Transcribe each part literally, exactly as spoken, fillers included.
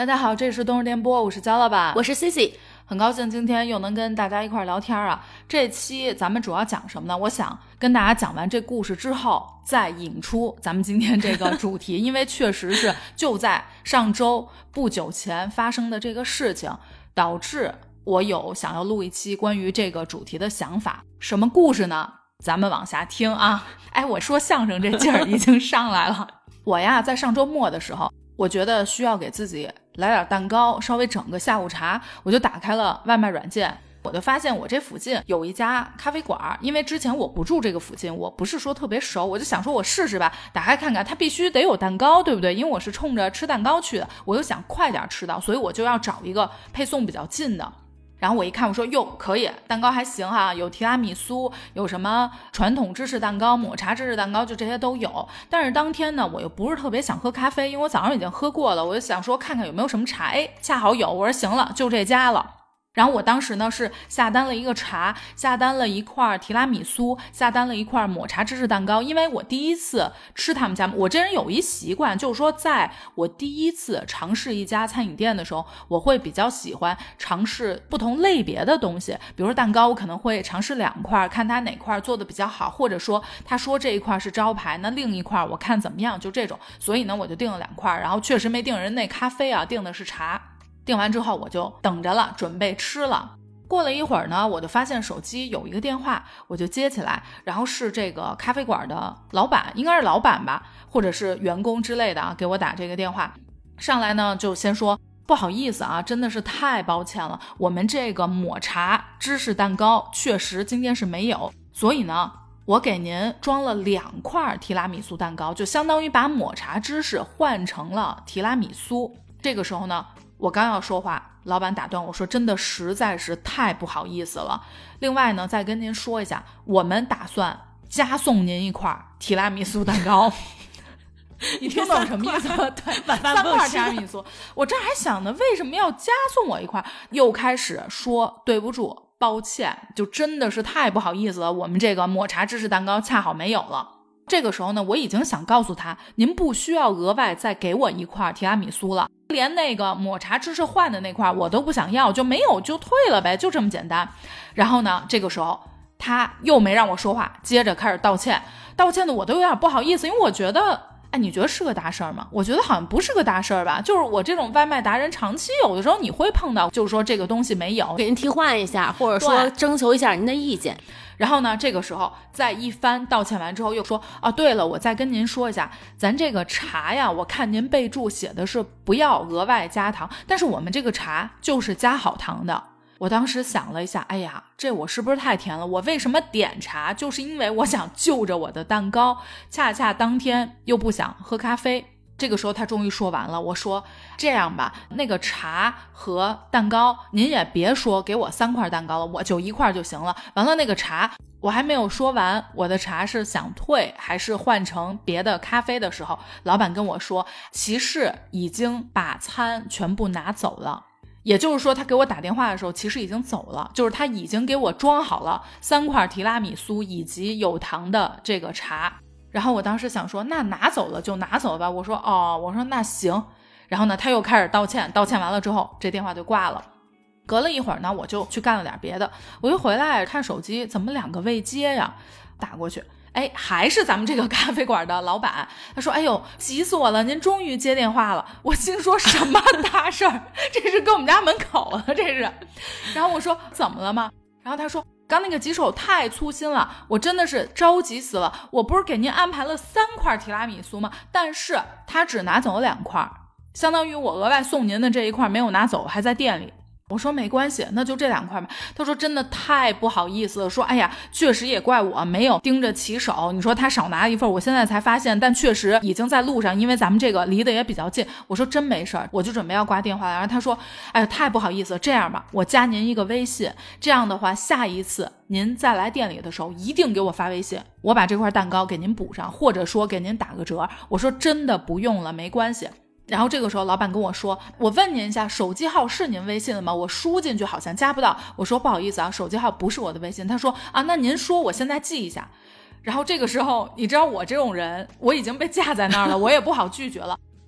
大家好，这里是冬日电波，我是焦老板， 我是 Cici， 很高兴今天又能跟大家一块聊天啊。这期咱们主要讲什么呢？我想跟大家讲完这故事之后再引出咱们今天这个主题因为确实是就在上周不久前发生的这个事情导致我有想要录一期关于这个主题的想法。什么故事呢？咱们往下听啊。哎，我说相声这劲儿已经上来了。我呀在上周末的时候，我觉得需要给自己来点蛋糕，稍微整个下午茶，我就打开了外卖软件，我就发现我这附近有一家咖啡馆，因为之前我不住这个附近，我不是说特别熟，我就想说我试试吧，打开看看，它必须得有蛋糕，对不对？因为我是冲着吃蛋糕去的，我又想快点吃到，所以我就要找一个配送比较近的。然后我一看，我说哟，可以，蛋糕还行哈，有提拉米苏，有什么传统芝士蛋糕、抹茶芝士蛋糕，就这些都有。但是当天呢，我又不是特别想喝咖啡，因为我早上已经喝过了，我就想说看看有没有什么茶，哎，恰好有，我说行了，就这家了。然后我当时呢是下单了一个茶，下单了一块提拉米苏，下单了一块抹茶芝士蛋糕。因为我第一次吃他们家，我这人有一习惯，就是说在我第一次尝试一家餐饮店的时候，我会比较喜欢尝试不同类别的东西。比如说蛋糕，我可能会尝试两块，看他哪块做的比较好，或者说他说这一块是招牌，那另一块我看怎么样，就这种。所以呢我就订了两块，然后确实没订人那咖啡啊，订的是茶。订完之后我就等着了，准备吃了。过了一会儿呢，我就发现手机有一个电话，我就接起来，然后是这个咖啡馆的老板，应该是老板吧，或者是员工之类的啊，给我打这个电话。上来呢就先说不好意思啊，真的是太抱歉了，我们这个抹茶芝士蛋糕确实今天是没有，所以呢我给您装了两块提拉米苏蛋糕，就相当于把抹茶芝士换成了提拉米苏。这个时候呢我刚要说话，老板打断我说真的实在是太不好意思了，另外呢再跟您说一下，我们打算加送您一块提拉米苏蛋糕你听懂什么意思吗？对，三块提拉米苏。我这还想呢，为什么要加送我一块？又开始说对不住抱歉，就真的是太不好意思了，我们这个抹茶芝士蛋糕恰好没有了。这个时候呢我已经想告诉他，您不需要额外再给我一块提拉米苏了，连那个抹茶芝士换的那块我都不想要，就没有就退了呗，就这么简单。然后呢这个时候他又没让我说话，接着开始道歉，道歉的我都有点不好意思，因为我觉得哎，你觉得是个大事儿吗？我觉得好像不是个大事儿吧，就是我这种外卖达人长期有的时候你会碰到，就是说这个东西没有， 给您替换一下，或者说征求一下您的意见。 然后呢这个时候在一番道歉完之后又说啊，对了，我再跟您说一下，咱这个茶呀，我看您备注写的是不要额外加糖，但是我们这个茶就是加好糖的。我当时想了一下，哎呀，这我是不是太甜了？我为什么点茶？就是因为我想就着我的蛋糕，恰恰当天又不想喝咖啡。这个时候他终于说完了，我说这样吧，那个茶和蛋糕您也别说给我三块蛋糕了，我就一块就行了。完了那个茶我还没有说完，我的茶是想退还是换成别的咖啡的时候，老板跟我说骑士已经把餐全部拿走了。也就是说他给我打电话的时候其实已经走了，就是他已经给我装好了三块提拉米苏以及有糖的这个茶。然后我当时想说那拿走了就拿走吧，我说哦，我说那行。然后呢他又开始道歉，道歉完了之后这电话就挂了。隔了一会儿呢我就去干了点别的，我就回来看手机，怎么两个未接呀？打过去，哎，还是咱们这个咖啡馆的老板，他说哎呦急死我了，您终于接电话了。我心说什么大事儿这是跟我们家门口了这是。然后我说怎么了吗？然后他说刚那个棘手太粗心了，我真的是着急死了，我不是给您安排了三块提拉米苏吗？但是他只拿走了两块，相当于我额外送您的这一块没有拿走，还在店里。我说没关系，那就这两块吧。他说真的太不好意思了，说哎呀确实也怪我没有盯着骑手，你说他少拿一份我现在才发现，但确实已经在路上，因为咱们这个离得也比较近。我说真没事儿，我就准备要挂电话了。然后他说哎呀太不好意思了，这样吧，我加您一个微信，这样的话下一次您再来店里的时候一定给我发微信，我把这块蛋糕给您补上，或者说给您打个折。我说真的不用了，没关系。然后这个时候老板跟我说，我问您一下手机号是您微信的吗？我输进去好像加不到。我说不好意思啊，手机号不是我的微信。他说啊那您说我现在记一下。然后这个时候你知道我这种人我已经被架在那儿了，我也不好拒绝了。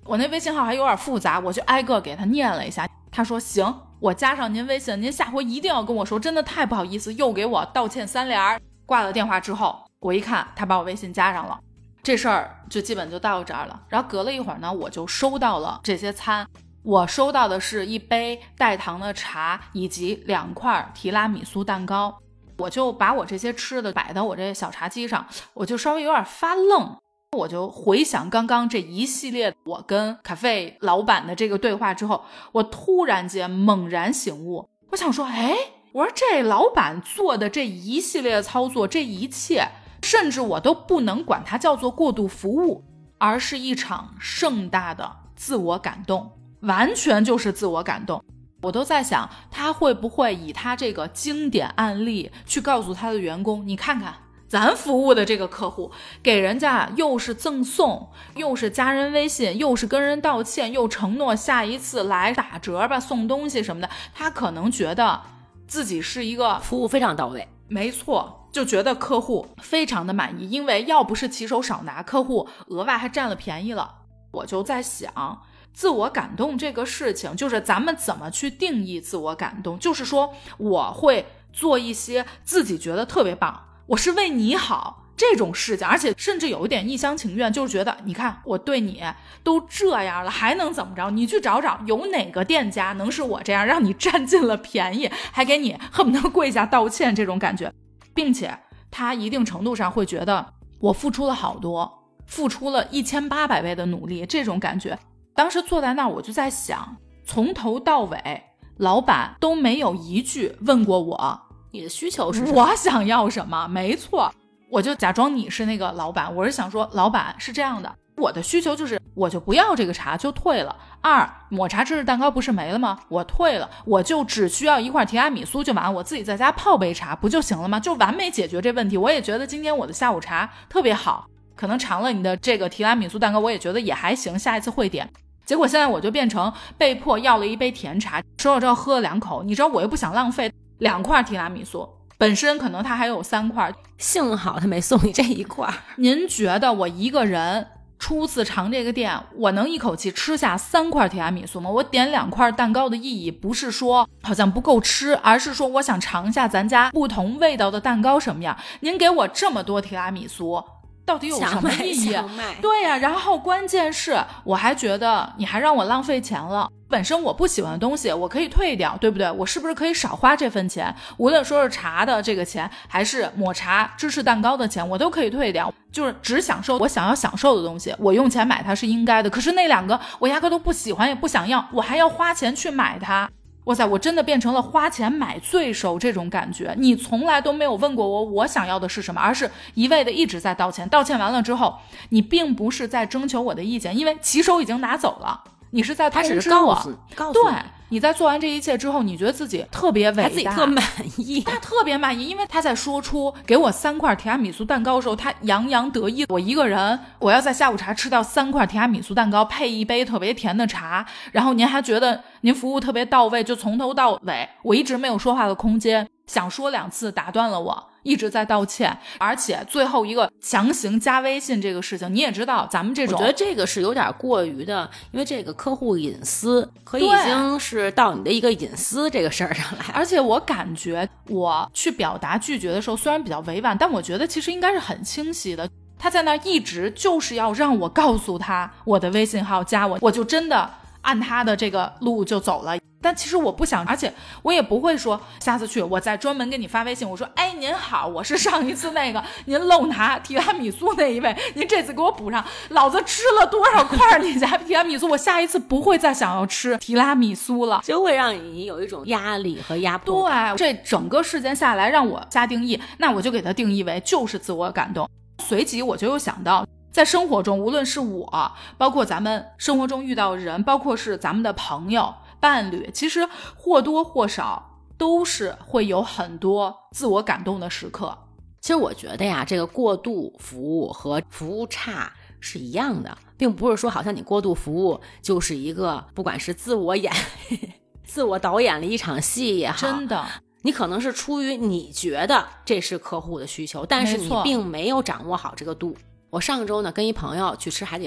我那微信号还有点复杂，我就挨个给他念了一下。他说行，我加上您微信，您下回一定要跟我说，真的太不好意思，又给我道歉三连。挂了电话之后，我一看他把我微信加上了，这事儿就基本就到这儿了。然后隔了一会儿呢，我就收到了这些餐，我收到的是一杯带糖的茶以及两块提拉米苏蛋糕。我就把我这些吃的摆到我这小茶几上，我就稍微有点发愣。我就回想刚刚这一系列我跟咖啡老板的这个对话之后，我突然间猛然醒悟，我想说，哎，我说这老板做的这一系列操作，这一切甚至我都不能管它叫做过度服务，而是一场盛大的自我感动，完全就是自我感动。我都在想，他会不会以他这个经典案例去告诉他的员工，你看看咱服务的这个客户，给人家又是赠送，又是加人微信，又是跟人道歉，又承诺下一次来打折吧，送东西什么的，他可能觉得自己是一个服务非常到位。 没错，就觉得客户非常的满意，因为要不是骑手少拿，客户额外还占了便宜了。我就在想，自我感动这个事情，就是咱们怎么去定义自我感动，就是说我会做一些自己觉得特别棒，我是为你好这种事情，而且甚至有一点一厢情愿，就是觉得你看我对你都这样了，还能怎么着？你去找找有哪个店家能是我这样让你占尽了便宜，还给你恨不得跪下道歉这种感觉，并且他一定程度上会觉得我付出了好多，付出了一千八百倍的努力，这种感觉。当时坐在那儿，我就在想，从头到尾老板都没有一句问过我你的需求是什么， 我想要什么。没错，我就假装你是那个老板，我是想说，老板是这样的，我的需求就是我就不要这个茶，就退了。二，抹茶芝士蛋糕不是没了吗？我退了，我就只需要一块提拉米苏就完，我自己在家泡杯茶不就行了吗？就完美解决这问题。我也觉得今天我的下午茶特别好，可能尝了你的这个提拉米苏蛋糕，我也觉得也还行，下一次会点。结果现在我就变成被迫要了一杯甜茶，收了之后喝了两口，你知道我又不想浪费两块提拉米苏，本身可能它还有三块， 幸好他没送你这一块。 您觉得我一个人初次尝这个店，我能一口气吃下三块提拉米苏吗？我点两块蛋糕的意义不是说好像不够吃，而是说我想尝一下咱家不同味道的蛋糕什么样。您给我这么多提拉米苏到底有什么意义？对呀、啊，然后关键是我还觉得你还让我浪费钱了。本身我不喜欢的东西我可以退掉，对不对？我是不是可以少花这份钱？无论说是茶的这个钱，还是抹茶芝士蛋糕的钱，我都可以退掉，就是只享受我想要享受的东西，我用钱买它是应该的。可是那两个我压根都不喜欢也不想要，我还要花钱去买它。哇塞，我真的变成了花钱买罪受这种感觉。你从来都没有问过我我想要的是什么，而是一味的一直在道歉。道歉完了之后，你并不是在征求我的意见，因为骑手已经拿走了，你是在通知我， 他只是告诉告诉你。 对，你在做完这一切之后，你觉得自己特别伟大， 他自己特满意， 他特别满意，因为他在说出给我三块提拉米苏蛋糕的时候，他洋洋得意。我一个人，我要在下午茶吃到三块提拉米苏蛋糕，配一杯特别甜的茶，然后您还觉得您服务特别到位，就从头到尾，我一直没有说话的空间，想说两次打断了我。一直在道歉，而且最后一个强行加微信这个事情，你也知道咱们这种， 我觉得这个是有点过于的，因为这个客户隐私可以已经是到你的一个隐私这个事儿上来。 而且我感觉我去表达拒绝的时候虽然比较委婉，但我觉得其实应该是很清晰的。他在那一直就是要让我告诉他我的微信号加我，我就真的按他的这个路就走了。但其实我不想，而且我也不会说下次去我再专门给你发微信，我说哎您好，我是上一次那个您漏拿提拉米苏那一位，您这次给我补上，老子吃了多少块你家提拉米苏，我下一次不会再想要吃提拉米苏了， 就会让你有一种压力和压迫感。 对，这整个事件下来让我下定义，那我就给它定义为就是自我感动。随即我就又想到，在生活中无论是我，包括咱们生活中遇到的人，包括是咱们的朋友伴侣，其实或多或少都是会有很多自我感动的时刻。 其实我觉得呀，这个过度服务和服务差是一样的，并不是说好像你过度服务就是一个不管是自我演自我导演了一场戏也好， 真的你可能是出于你觉得这是客户的需求，但是你并没有掌握好这个度。我上周呢跟一朋友去吃海底捞，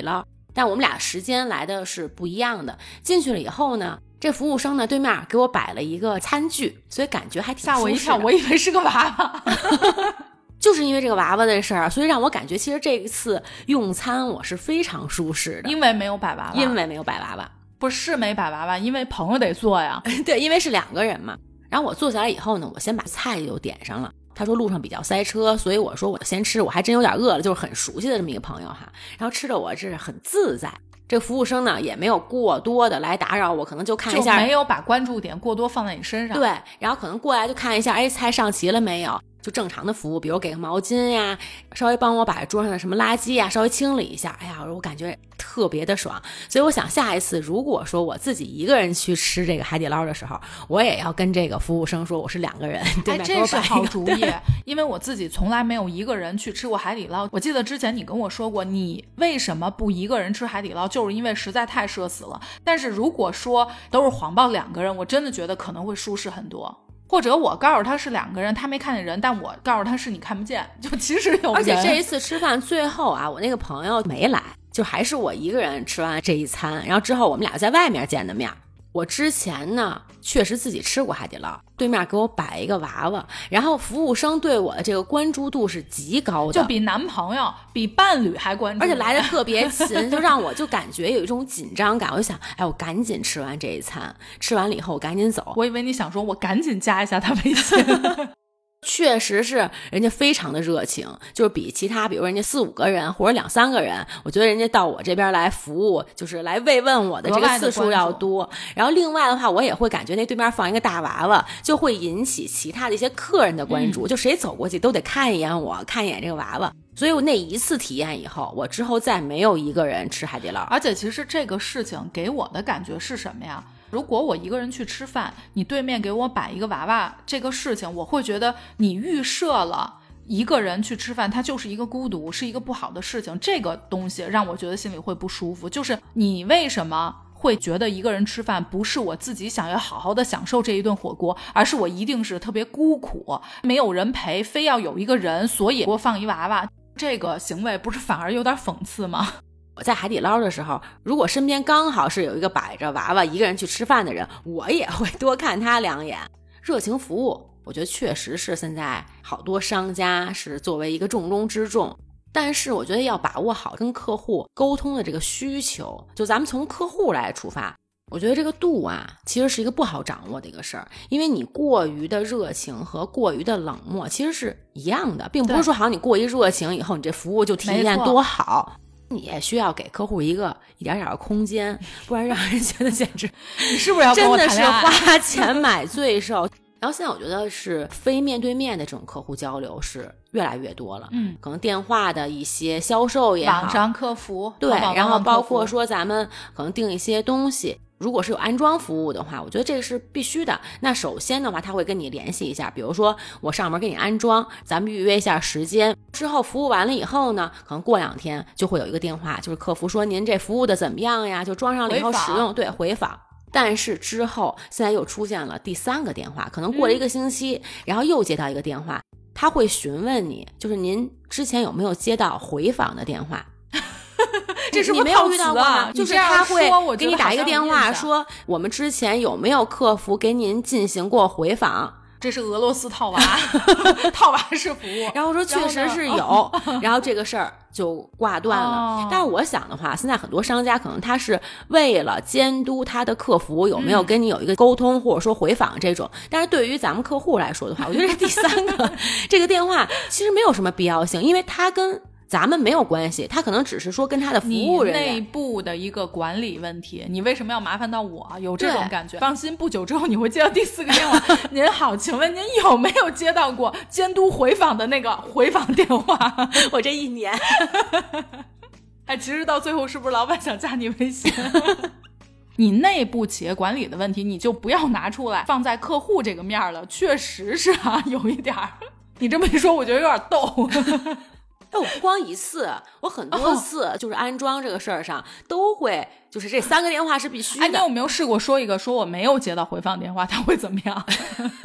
但我们俩时间来的是不一样的。进去了以后呢，这服务生呢对面给我摆了一个餐具，所以感觉还挺吓我一跳，我以为是个娃娃。 就是因为这个娃娃的事儿，所以让我感觉其实这一次用餐我是非常舒适的。 因为没有摆娃娃， 因为没有摆娃娃， 不是没摆娃娃，因为朋友得坐呀。 对，因为是两个人嘛。然后我坐下来以后呢，我先把菜就点上了。他说路上比较塞车，所以我说我先吃，我还真有点饿了，就是很熟悉的这么一个朋友哈。然后吃的我是很自在。这个服务生呢也没有过多的来打扰我，可能就看一下， 就没有把关注点过多放在你身上。 对，然后可能过来就看一下，哎，菜上齐了没有，就正常的服务，比如给个毛巾呀，稍微帮我把桌上的什么垃圾呀稍微清理一下，哎呀，我感觉特别的爽。所以我想下一次如果说我自己一个人去吃这个海底捞的时候，我也要跟这个服务生说我是两个人。对， 哎，这是好主意。因为我自己从来没有一个人去吃过海底捞。我记得之前你跟我说过，你为什么不一个人吃海底捞，就是因为实在太社死了。但是如果说都是谎报两个人，我真的觉得可能会舒适很多。或者我告诉他是两个人，他没看见人，但我告诉他是你看不见，就其实有人。 而且这一次吃饭最后啊，我那个朋友没来，就还是我一个人吃完这一餐，然后之后我们俩在外面见的面。我之前呢确实自己吃过海底捞，对面给我摆一个娃娃，然后服务生对我的这个关注度是极高的， 就比男朋友比伴侣还关注， 而且来的特别勤，就让我就感觉有一种紧张感。我就想，哎，我赶紧吃完这一餐，吃完了以后我赶紧走。 我以为你想说我赶紧加一下他微信。 确实是人家非常的热情，就是比其他比如人家四五个人或者两三个人，我觉得人家到我这边来服务，就是来慰问我的这个次数要多。然后另外的话，我也会感觉那对面放一个大娃娃，就会引起其他的一些客人的关注，嗯、就谁走过去都得看一眼我，看一眼这个娃娃。所以我那一次体验以后，我之后再没有一个人吃海底捞。 而且其实这个事情给我的感觉是什么呀？如果我一个人去吃饭，你对面给我摆一个娃娃，这个事情我会觉得你预设了一个人去吃饭它就是一个孤独，是一个不好的事情，这个东西让我觉得心里会不舒服。就是你为什么会觉得一个人吃饭不是我自己想要好好的享受这一顿火锅，而是我一定是特别孤苦，没有人陪，非要有一个人，所以给我放一娃娃，这个行为不是反而有点讽刺吗？ 我在海底捞的时候，如果身边刚好是有一个摆着娃娃一个人去吃饭的人，我也会多看他两眼。热情服务我觉得确实是现在好多商家是作为一个重中之重，但是我觉得要把握好跟客户沟通的这个需求，就咱们从客户来出发，我觉得这个度啊其实是一个不好掌握的一个事儿。因为你过于的热情和过于的冷漠其实是一样的，并不是说好像你过于热情以后你这服务就体验多好，你也需要给客户一个一点点的空间，不然让人觉得简直你是不是要跟我谈恋爱？ 真的是花钱买罪受。然后现在我觉得是非面对面的这种客户交流是越来越多了，嗯，可能电话的一些销售也好， 网上客服， 对，然后包括说咱们可能订一些东西，如果是有安装服务的话，我觉得这个是必须的。那首先的话他会跟你联系一下，比如说我上门给你安装，咱们预约一下时间，之后服务完了以后呢，可能过两天就会有一个电话，就是客服说您这服务的怎么样呀，就装上了以后使用，对，回访。但是之后现在又出现了第三个电话，可能过了一个星期、嗯、然后又接到一个电话，他会询问你，就是您之前有没有接到回访的电话。 这是你没有遇到过吗？就是他会给你打一个电话说我们之前有没有客服给您进行过回访。 这是俄罗斯套娃套娃式服务。 然后说确实是有，然后这个事儿就挂断了、哦、但是我想的话，现在很多商家可能他是为了监督他的客服有没有跟你有一个沟通、嗯、或者说回访这种，但是对于咱们客户来说的话，我觉得这第三个这个电话其实没有什么必要性，因为他跟咱们没有关系，他可能只是说跟他的服务人员你内部的一个管理问题，你为什么要麻烦到我？有这种感觉。放心，不久之后你会接到第四个电话。您好，请问您有没有接到过监督回访的那个回访电话？ 我这一年哎，其实到最后是不是老板想加你微信？你内部企业管理的问题你就不要拿出来放在客户这个面了，确实是啊，有一点儿。你这么一说我觉得有点逗。 哎，我不光一次，我很多次就是安装这个事儿上、哦、都会，就是这三个电话是必须的。 哎，你有没有试过说一个说我没有接到回放电话，他会怎么样？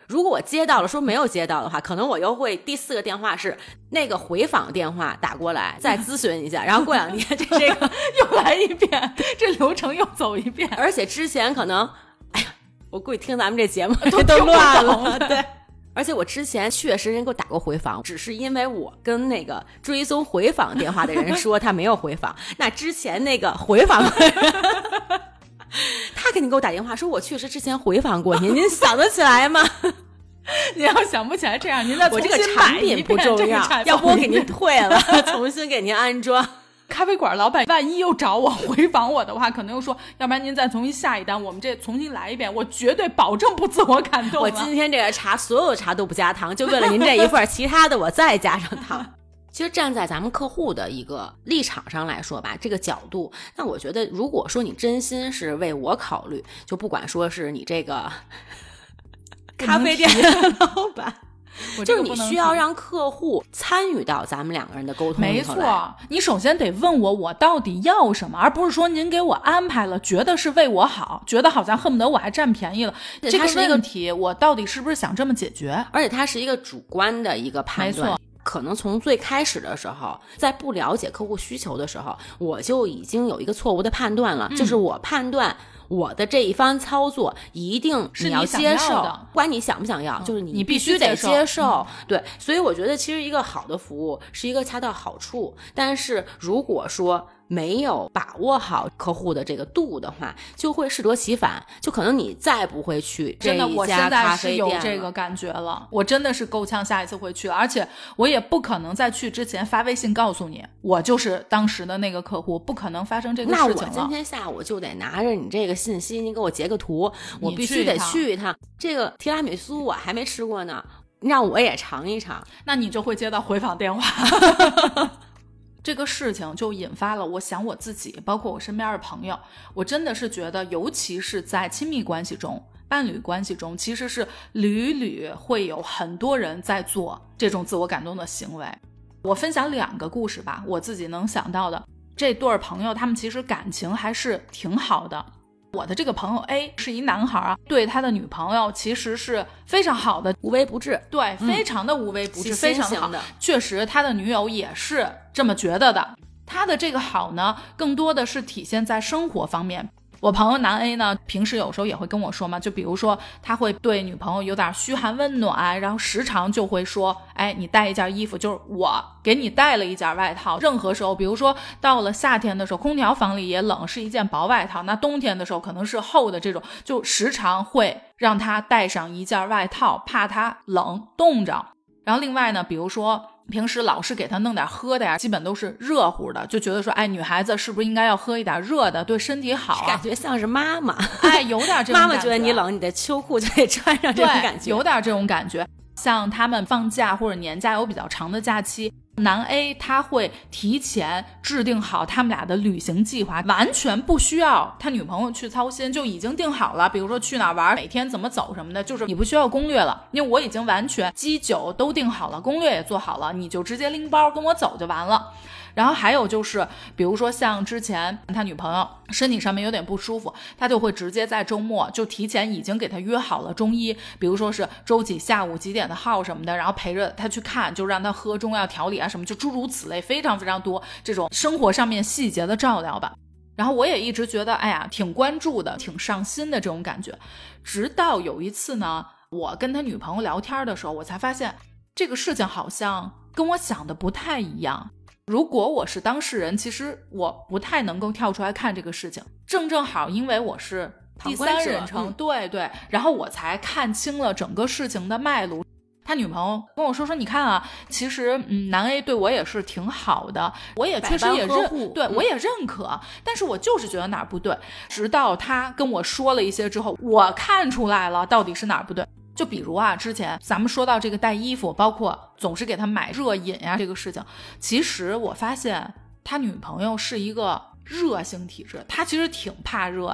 如果我接到了说没有接到的话，可能我又会第四个电话是那个回访电话打过来再咨询一下，然后过两天这这个又来一遍，这流程又走一遍。 而且之前可能哎呀，我估计听咱们这节目都都乱了， 对。 而且我之前确实人给我打过回访，只是因为我跟那个追踪回访电话的人说他没有回访，那之前那个回访的人他肯定给我打电话说我确实之前回访过您，您想得起来吗？ 您要想不起来这样，您再重新我这个产品不重要，要不我给您退了，重新给您安装。 咖啡馆老板万一又找我回访我的话，可能又说要不然您再重新下一单，我们这重新来一遍，我绝对保证不自我感动。 我今天这个茶所有茶都不加糖，就为了您这一份，其他的我再加上糖。其实站在咱们客户的一个立场上来说吧，这个角度，那我觉得如果说你真心是为我考虑，就不管说是你这个咖啡店的老板，就是你需要让客户参与到咱们两个人的沟通里头来。 没错，你首先得问我我到底要什么，而不是说您给我安排了，觉得是为我好，觉得好像恨不得我还占便宜了。这个问题我到底是不是想这么解决？ 而且它是一个主观的一个判断。没错，可能从最开始的时候，在不了解客户需求的时候，我就已经有一个错误的判断了，嗯、就是我判断我的这一番操作一定你要接受，不管你想不想要，嗯、就是你必须得接受。嗯、对，所以我觉得其实一个好的服务是一个恰到好处，但是如果说没有把握好客户的这个度的话，就会适得其反，就可能你再不会去这一家咖啡店了。真的，我现在是有这个感觉了，我真的是够呛下一次会去了，而且我也不可能在去之前发微信告诉你我就是当时的那个客户，不可能发生这个事情了。 那我今天下午就得拿着你这个信息，你给我截个图，我必须得去一趟。这个提拉米苏我还没吃过呢，让我也尝一尝。 那你就会接到回访电话。这个事情就引发了我想我自己包括我身边的朋友，我真的是觉得尤其是在亲密关系中伴侣关系中，其实是屡屡会有很多人在做这种自我感动的行为。我分享两个故事吧，我自己能想到的。这对朋友他们其实感情还是挺好的。我的这个朋友 A 是一男孩啊，对他的女朋友其实是非常好的， 无微不至。 对，非常的无微不至， 嗯、 非常的好。确实他的女友也是这么觉得的。他的这个好呢，更多的是体现在生活方面。我朋友男 A 呢，平时有时候也会跟我说嘛，就比如说他会对女朋友有点嘘寒问暖，然后时常就会说，哎，你带一件衣服，就是我给你带了一件外套。任何时候，比如说到了夏天的时候，空调房里也冷，是一件薄外套，那冬天的时候可能是厚的这种，就时常会让他带上一件外套，怕他冷冻着。然后另外呢，比如说平时老是给他弄点喝的呀，基本都是热乎的，就觉得说，哎，女孩子是不是应该要喝一点热的，对身体好、啊、 感觉像是妈妈， 哎，有点这种感觉。 妈妈觉得你冷，你的秋裤就得穿上，这种感觉， 有点这种感觉。像他们放假或者年假有比较长的假期，男 A 他会提前制定好他们俩的旅行计划，完全不需要他女朋友去操心，就已经定好了，比如说去哪玩，每天怎么走什么的，就是你不需要攻略了，因为我已经完全基酒都定好了，攻略也做好了，你就直接拎包跟我走就完了。然后还有就是比如说像之前他女朋友身体上面有点不舒服，他就会直接在周末就提前已经给他约好了中医，比如说是周几下午几点的号什么的，然后陪着他去看，就让他喝中药调理啊什么，就诸如此类，非常非常多这种生活上面细节的照料吧。然后我也一直觉得哎呀挺关注的，挺上心的这种感觉。直到有一次呢，我跟他女朋友聊天的时候，我才发现这个事情好像跟我想的不太一样。如果我是当事人，其实我不太能够跳出来看这个事情，正正好因为我是第三人称、嗯、对对，然后我才看清了整个事情的脉络。他女朋友跟我说说，你看啊，其实嗯，男 A 对我也是挺好的，我也确实也认，对、嗯、我也认可，但是我就是觉得哪儿不对。直到他跟我说了一些之后，我看出来了到底是哪儿不对。就比如啊，之前咱们说到这个带衣服，包括总是给他买热饮呀、啊、这个事情，其实我发现他女朋友是一个热性体质，他其实挺怕热的。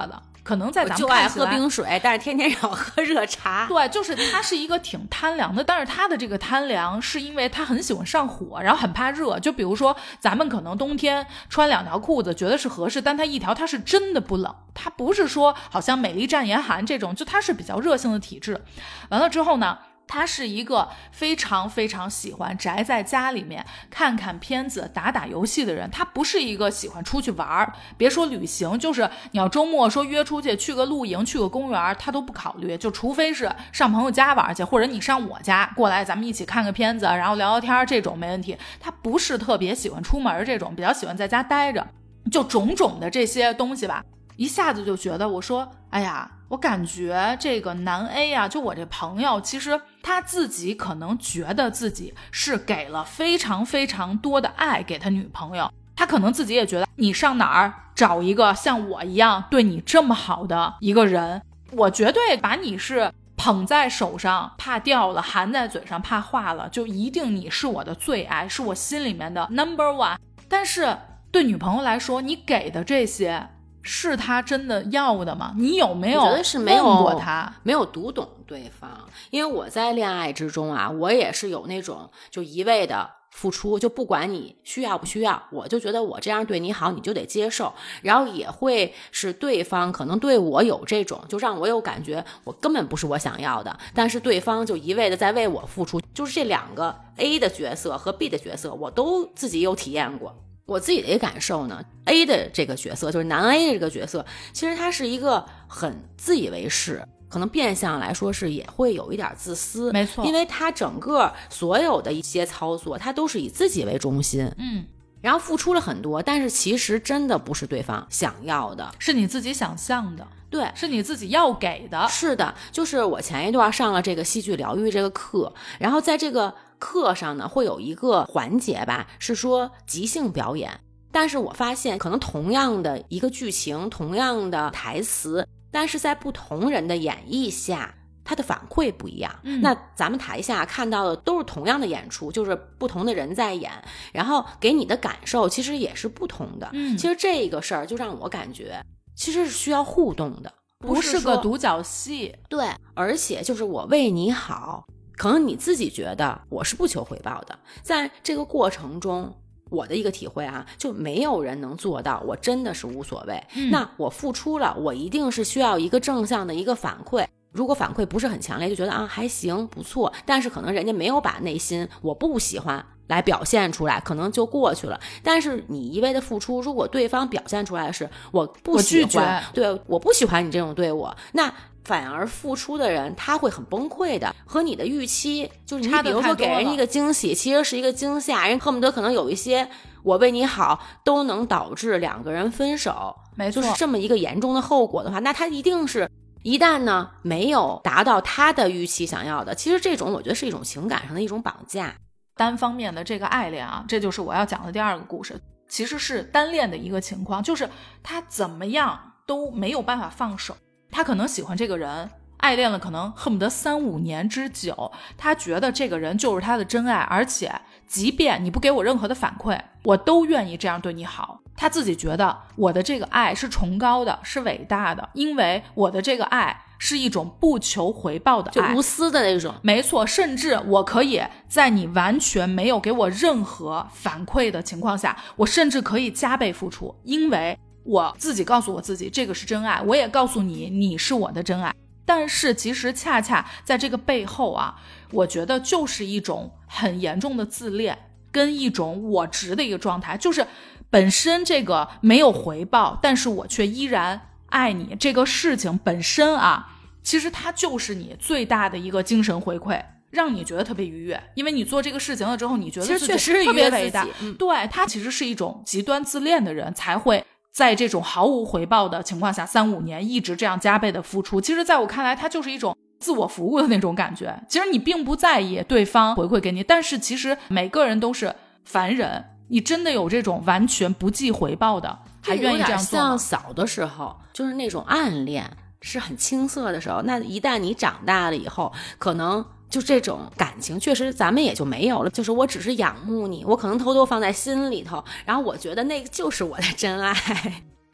可能在咱们就爱喝冰水，但是天天让我喝热茶。 对，就是他是一个挺贪凉的，但是他的这个贪凉是因为他很喜欢上火，然后很怕热。就比如说咱们可能冬天穿两条裤子觉得是合适，但他一条他是真的不冷，他不是说好像美丽战严寒这种，就他是比较热性的体质。完了之后呢，他是一个非常非常喜欢宅在家里面看看片子打打游戏的人，他不是一个喜欢出去玩，别说旅行，就是你要周末说约出去去个露营去个公园他都不考虑，就除非是上朋友家玩去，或者你上我家过来咱们一起看个片子然后聊聊天，这种没问题。他不是特别喜欢出门，这种比较喜欢在家待着。就种种的这些东西吧，一下子就觉得，我说哎呀，我感觉这个男 A 啊，就我这朋友，其实他自己可能觉得自己是给了非常非常多的爱给他女朋友，他可能自己也觉得你上哪儿找一个像我一样对你这么好的一个人，我绝对把你是捧在手上怕掉了，含在嘴上怕化了，就一定你是我的最爱，是我心里面的 number one。 但是对女朋友来说，你给的这些是他真的要的吗？你有没有问过他？ 没有读懂对方。因为我在恋爱之中啊，我也是有那种就一味的付出，就不管你需要不需要，我就觉得我这样对你好你就得接受，然后也会是对方可能对我有这种，就让我有感觉我根本不是我想要的，但是对方就一味的在为我付出。就是这两个 A 的角色和 B 的角色我都自己有体验过。我自己的一个感受呢， A 的这个角色就是男 A 的这个角色，其实他是一个很自以为是，可能变相来说是也会有一点自私， 没错， 因为他整个所有的一些操作他都是以自己为中心， 嗯， 然后付出了很多，但是其实真的不是对方想要的， 是你自己想象的， 对， 是你自己要给的。 是的，就是我前一段上了这个戏剧疗愈这个课，然后在这个课上呢会有一个环节吧，是说即兴表演。但是我发现可能同样的一个剧情，同样的台词，但是在不同人的演绎下他的反馈不一样、嗯、那咱们台下看到的都是同样的演出，就是不同的人在演，然后给你的感受其实也是不同的、嗯、其实这个事儿就让我感觉其实是需要互动的， 不是个独角戏。 对，而且就是我为你好，可能你自己觉得我是不求回报的，在这个过程中我的一个体会啊，就没有人能做到我真的是无所谓、嗯、那我付出了，我一定是需要一个正向的一个反馈，如果反馈不是很强烈，就觉得啊还行不错，但是可能人家没有把内心我不喜欢来表现出来，可能就过去了。但是你一味的付出，如果对方表现出来的是我不喜欢，对，我不喜欢你这种对我，那反而付出的人他会很崩溃的，和你的预期就是你比如说给人一个惊喜其实是一个惊吓，人恨不得可能有一些我为你好都能导致两个人分手， 没错， 就是这么一个严重的后果的话，那他一定是一旦呢没有达到他的预期想要的，其实这种我觉得是一种情感上的一种绑架， 单方面的这个爱恋啊，这就是我要讲的第二个故事，其实是单恋的一个情况，就是他怎么样都没有办法放手，他可能喜欢这个人，爱恋了可能恨不得三五年之久，他觉得这个人就是他的真爱，而且即便你不给我任何的反馈，我都愿意这样对你好。他自己觉得我的这个爱是崇高的，是伟大的，因为我的这个爱是一种不求回报的爱， 就无私的那种。 没错，甚至我可以在你完全没有给我任何反馈的情况下，我甚至可以加倍付出，因为我自己告诉我自己这个是真爱，我也告诉你你是我的真爱。但是其实恰恰在这个背后啊，我觉得就是一种很严重的自恋跟一种我执的一个状态，就是本身这个没有回报，但是我却依然爱你，这个事情本身啊，其实它就是你最大的一个精神回馈，让你觉得特别愉悦，因为你做这个事情了之后，你觉得自己特别伟大。 嗯、 对，它其实是一种极端自恋的人才会在这种毫无回报的情况下，三五年一直这样加倍的付出，其实在我看来它就是一种自我服务的那种感觉。其实你并不在意对方回馈给你，但是其实每个人都是凡人，你真的有这种完全不计回报的还愿意这样做吗？ 像小的时候就是那种暗恋是很青涩的时候，那一旦你长大了以后，可能就这种感情确实咱们也就没有了，就是我只是仰慕你，我可能偷偷放在心里头，然后我觉得那个就是我的真爱。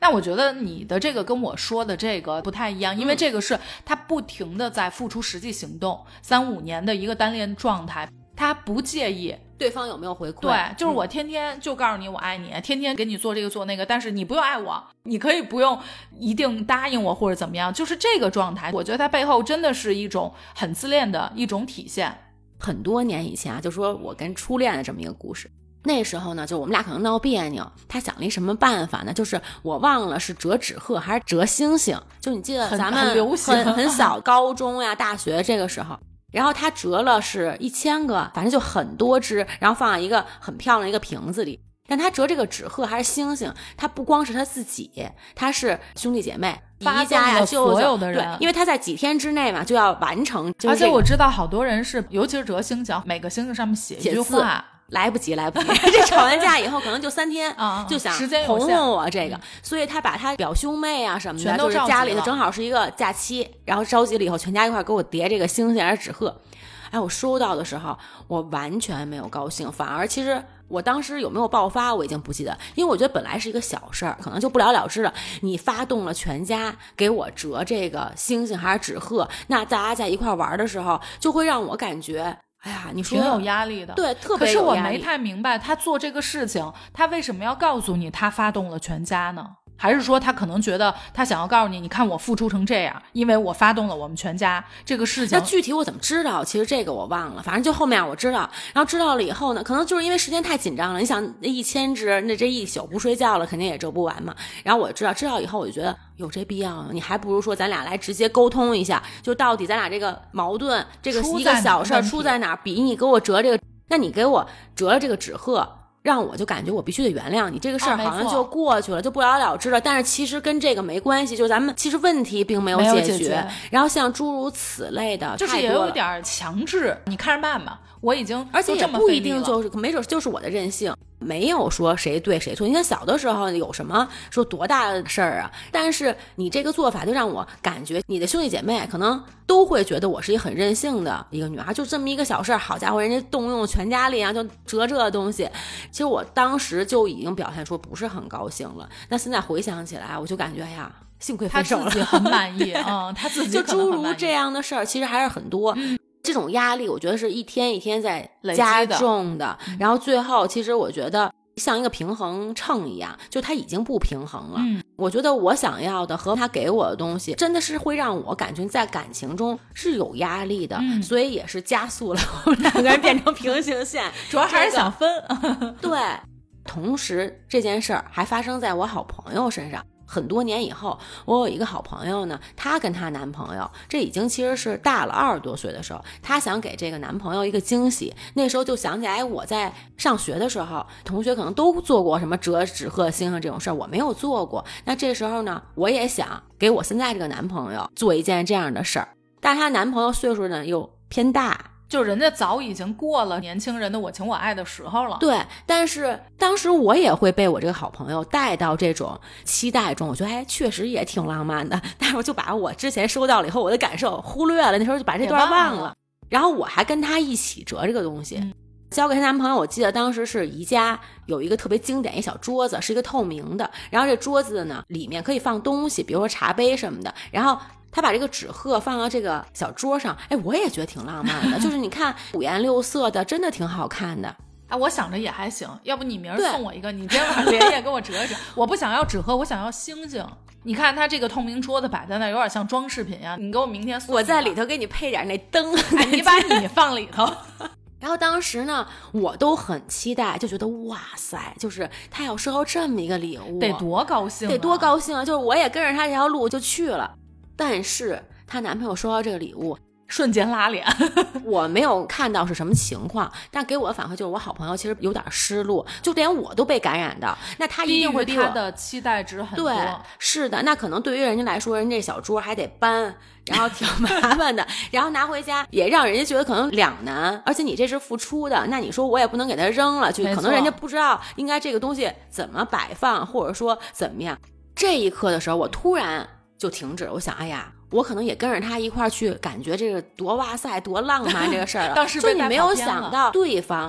那我觉得你的这个跟我说的这个不太一样，因为这个是他不停的在付出实际行动，三五年的一个单恋状态，他不介意对方有没有回馈。 对，就是我天天就告诉你我爱你、嗯、天天给你做这个做那个，但是你不用爱我，你可以不用一定答应我或者怎么样，就是这个状态，我觉得它背后真的是一种很自恋的一种体现。 很多年以前啊，就说我跟初恋的这么一个故事，那时候呢，就我们俩可能闹别扭，他想了一什么办法呢？就是我忘了是折纸鹤还是折星星，就你记得咱们很流行很很小高中呀大学这个时候，然后他折了是一千个，反正就很多只，然后放在一个很漂亮的一个瓶子里。但他折这个纸鹤还是星星，他不光是他自己，他是兄弟姐妹姨家呀所有的人， 对，因为他在几天之内嘛就要完成、就是这个、 而且我知道好多人是，尤其是折星星，每个星星上面写一句话， 来不及来不及这吵完架以后可能就三天就想哄哄我这个、嗯、所以他把他表兄妹啊什么的，就是家里头正好是一个假期，然后召集了以后全家一块给我叠这个星星还是纸鹤。哎，我收到的时候我完全没有高兴，反而其实我当时有没有爆发我已经不记得，因为我觉得本来是一个小事儿，可能就不了了之了。你发动了全家给我折这个星星还是纸鹤，那大家在一块玩的时候就会让我感觉哎呀，你说挺有压力的。 对，特别有压力。 可是我没太明白他做这个事情他为什么要告诉你他发动了全家呢？还是说他可能觉得他想要告诉你，你看我付出成这样，因为我发动了我们全家这个事情。 那具体我怎么知道？其实这个我忘了，反正就后面我知道，然后知道了以后呢，可能就是因为时间太紧张了。你想那一千只，那这一宿不睡觉了，肯定也折不完嘛。然后我知道，知道以后我就觉得有这必要吗？你还不如说咱俩来直接沟通一下，就到底咱俩这个矛盾，这个一个小事出在哪儿？比你给我折这个，那你给我折了这个纸鹤。让我就感觉我必须得原谅你，这个事儿好像就过去了、啊、就不了了之了。但是其实跟这个没关系，就是咱们其实问题并没有解决。 解决然后像诸如此类的就是也有点强制，你看着办吧，我已经而且也不一定就是没准就是我的任性，没有说谁对谁错。你看小的时候有什么说多大的事儿啊，但是你这个做法就让我感觉你的兄弟姐妹可能都会觉得我是一个很任性的一个女孩，就这么一个小事儿，好家伙人家动用全家力啊就折这东西。其实我当时就已经表现出不是很高兴了，那现在回想起来我就感觉呀幸亏分手了， 他自己很满意嗯，他自己就诸如这样的事儿其实还是很多、嗯，这种压力我觉得是一天一天在加重的， 的然后最后其实我觉得像一个平衡秤一样，就它已经不平衡了、 嗯、 我觉得我想要的和他给我的东西真的是会让我感觉在感情中是有压力的、嗯、所以也是加速了我们两个人变成平行线主要还是想分、 这个、对，同时这件事儿还发生在我好朋友身上。很多年以后，我有一个好朋友呢，她跟她男朋友，这已经其实是大了二十多岁的时候，她想给这个男朋友一个惊喜。那时候就想起来，我在上学的时候，同学可能都做过什么折纸鹤星星这种事儿，我没有做过。那这时候呢，我也想给我现在这个男朋友做一件这样的事儿，但是她男朋友岁数呢又偏大。 就人家早已经过了年轻人的我情我爱的时候了。 对，但是当时我也会被我这个好朋友带到这种期待中，我觉得哎，确实也挺浪漫的。但是我就把我之前收到了以后我的感受忽略了，那时候就把这段忘了。然后我还跟他一起折这个东西，嗯、交给他男朋友。我记得当时是宜家有一个特别经典一小桌子，是一个透明的，然后这桌子呢里面可以放东西，比如说茶杯什么的，然后他把这个纸鹤放到这个小桌上，哎，我也觉得挺浪漫的，就是你看五颜六色的，真的挺好看的。 啊，我想着也还行，要不你明儿送我一个，你今天晚上连夜给我折折。我不想要纸鹤，我想要星星。你看它这个透明桌子摆在那，有点像装饰品呀、啊。你给我明天送， 我在里头给你配点那灯， 哎，你把你放里头。 然后当时呢，我都很期待，就觉得哇塞，就是他要收到这么一个礼物， 得多高兴、啊， 得多高兴啊！就是我也跟着他这条路就去了。但是她男朋友收到这个礼物瞬间拉脸我没有看到是什么情况，但给我的反馈就是我好朋友其实有点失落，就连我都被感染到，那他一定会比我他的期待值很多。 对，是的，那可能对于人家来说，人这小桌还得搬，然后挺麻烦的然后拿回家也让人家觉得可能两难，而且你这是付出的，那你说我也不能给他扔了，就可能人家不知道应该这个东西怎么摆放，或者说怎么样。这一刻的时候我突然就停止了，我想哎呀，我可能也跟着他一块去感觉这个多哇塞多浪漫这个事儿了当时就你没有想到对方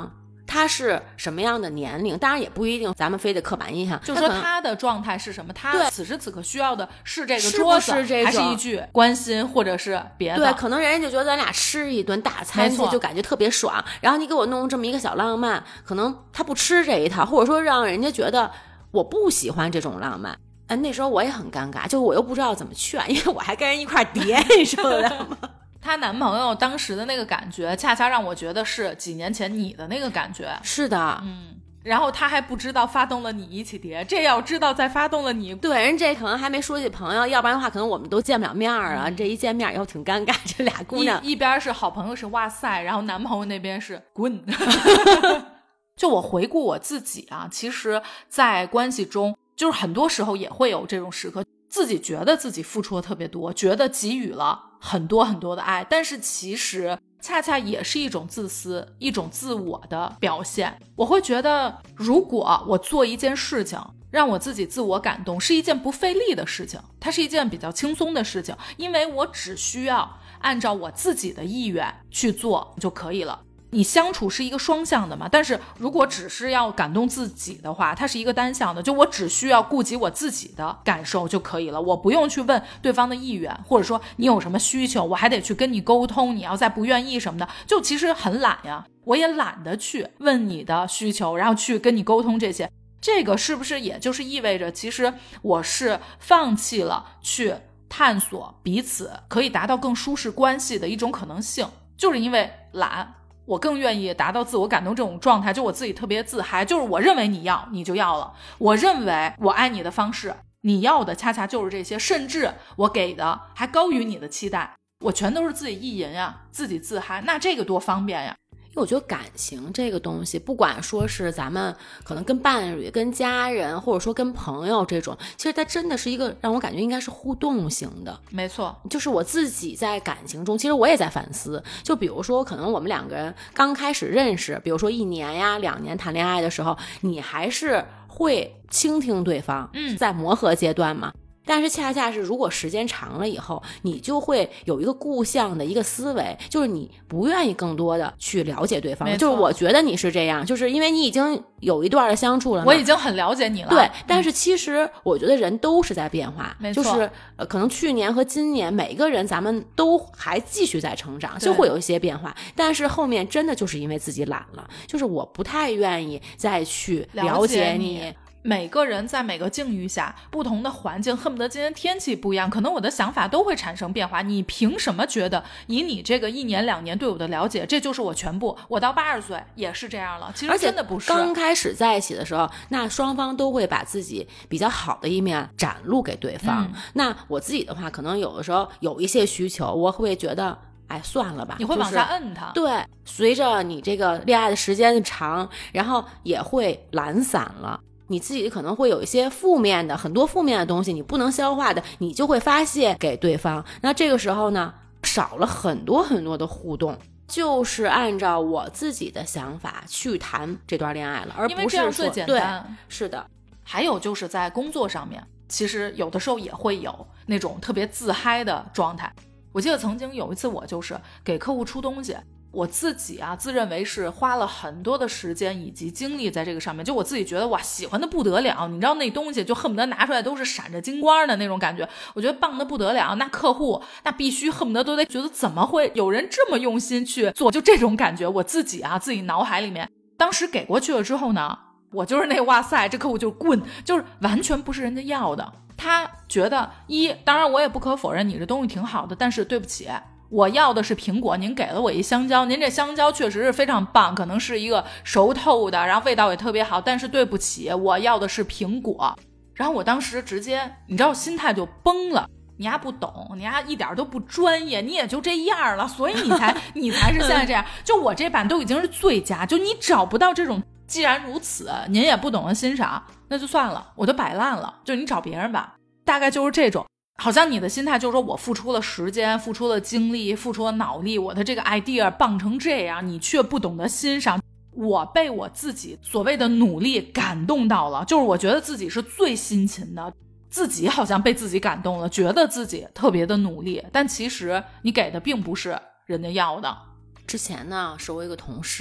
他是什么样的年龄，当然也不一定咱们非得刻板印象， 就是说他的状态是什么，他此时此刻需要的是这个桌子， 是不是这还是一句关心或者是别的。 对，可能人家就觉得咱俩吃一顿大餐去就感觉特别爽，然后你给我弄这么一个小浪漫，可能他不吃这一套，或者说让人家觉得我不喜欢这种浪漫。哎，那时候我也很尴尬，就我又不知道怎么劝，因为我还跟人一块叠，你说的吗？ 她男朋友当时的那个感觉恰恰让我觉得是几年前你的那个感觉。 是的， 嗯，然后他还不知道发动了你一起叠，这要知道再发动了你， 对，人这可能还没说起朋友，要不然的话可能我们都见不了面啊、嗯、这一见面以后挺尴尬，这俩姑娘一, 一边是好朋友是哇塞，然后男朋友那边是滚就我回顾我自己啊，其实在关系中就是很多时候也会有这种时刻，自己觉得自己付出的特别多，觉得给予了很多很多的爱，但是其实恰恰也是一种自私，一种自我的表现。我会觉得如果我做一件事情让我自己自我感动，是一件不费力的事情，它是一件比较轻松的事情，因为我只需要按照我自己的意愿去做就可以了。你相处是一个双向的嘛，但是如果只是要感动自己的话，它是一个单向的，就我只需要顾及我自己的感受就可以了，我不用去问对方的意愿，或者说你有什么需求我还得去跟你沟通，你要再不愿意什么的，就其实很懒呀，我也懒得去问你的需求，然后去跟你沟通这些。这个是不是也就是意味着其实我是放弃了去探索彼此可以达到更舒适关系的一种可能性，就是因为懒，我更愿意达到自我感动这种状态，就我自己特别自嗨，就是我认为你要你就要了，我认为我爱你的方式你要的恰恰就是这些，甚至我给的还高于你的期待，我全都是自己意淫呀，自己自嗨，那这个多方便呀。 因为我觉得感情这个东西，不管说是咱们可能跟伴侣、跟家人，或者说跟朋友这种，其实它真的是一个让我感觉应该是互动型的。 没错， 就是我自己在感情中，其实我也在反思。就比如说，可能我们两个人刚开始认识，比如说一年呀、两年谈恋爱的时候，你还是会倾听对方， 嗯， 在磨合阶段嘛。但是恰恰是如果时间长了以后，你就会有一个固向的一个思维，就是你不愿意更多的去了解对方，就是我觉得你是这样，就是因为你已经有一段的相处了， 我已经很了解你了。 对，但是其实我觉得人都是在变化， 嗯、 就是呃，可能去年和今年每个人咱们都还继续在成长，就会有一些变化，但是后面真的就是因为自己懒了，就是我不太愿意再去了解你。 每个人在每个境遇下，不同的环境，恨不得今天天气不一样，可能我的想法都会产生变化。你凭什么觉得以你这个一年两年对我的了解，这就是我全部？我到八十岁也是这样了，其实真的不是。 刚开始在一起的时候，那双方都会把自己比较好的一面展露给对方。嗯、那我自己的话，可能有的时候有一些需求，我会觉得。哎，算了吧， 你会往下摁它、 就是。对，随着你这个恋爱的时间长，然后也会懒散了。你自己可能会有一些负面的，很多负面的东西你不能消化的，你就会发泄给对方。那这个时候呢，少了很多很多的互动，就是按照我自己的想法去谈这段恋爱了，而不是说因为这样最简单。 对，是的。 还有就是在工作上面，其实有的时候也会有那种特别自嗨的状态。我记得曾经有一次，我就是给客户出东西，我自己啊自认为是花了很多的时间以及精力在这个上面，就我自己觉得哇喜欢的不得了，你知道那东西就恨不得拿出来都是闪着金光的那种感觉，我觉得棒的不得了，那客户那必须恨不得都得觉得怎么会有人这么用心去做，就这种感觉。我自己啊自己脑海里面当时给过去了之后呢，我就是那哇塞这客户就滚，就是完全不是人家要的。他觉得一，当然我也不可否认你这东西挺好的，但是对不起，我要的是苹果，您给了我一香蕉，您这香蕉确实是非常棒，可能是一个熟透的，然后味道也特别好，但是对不起，我要的是苹果。然后我当时直接你知道心态就崩了，你丫不懂，你丫一点都不专业，你也就这样了，所以你才你才是现在这样。就我这版都已经是最佳，就你找不到这种，既然如此您也不懂得欣赏，那就算了，我就摆烂了，就你找别人吧。大概就是这种，好像你的心态就是说我付出了时间，付出了精力，付出了脑力，我的这个 idea 棒成这样，你却不懂得欣赏。我被我自己所谓的努力感动到了，就是我觉得自己是最辛勤的，自己好像被自己感动了，觉得自己特别的努力，但其实你给的并不是人家要的。 之前呢是我一个同事，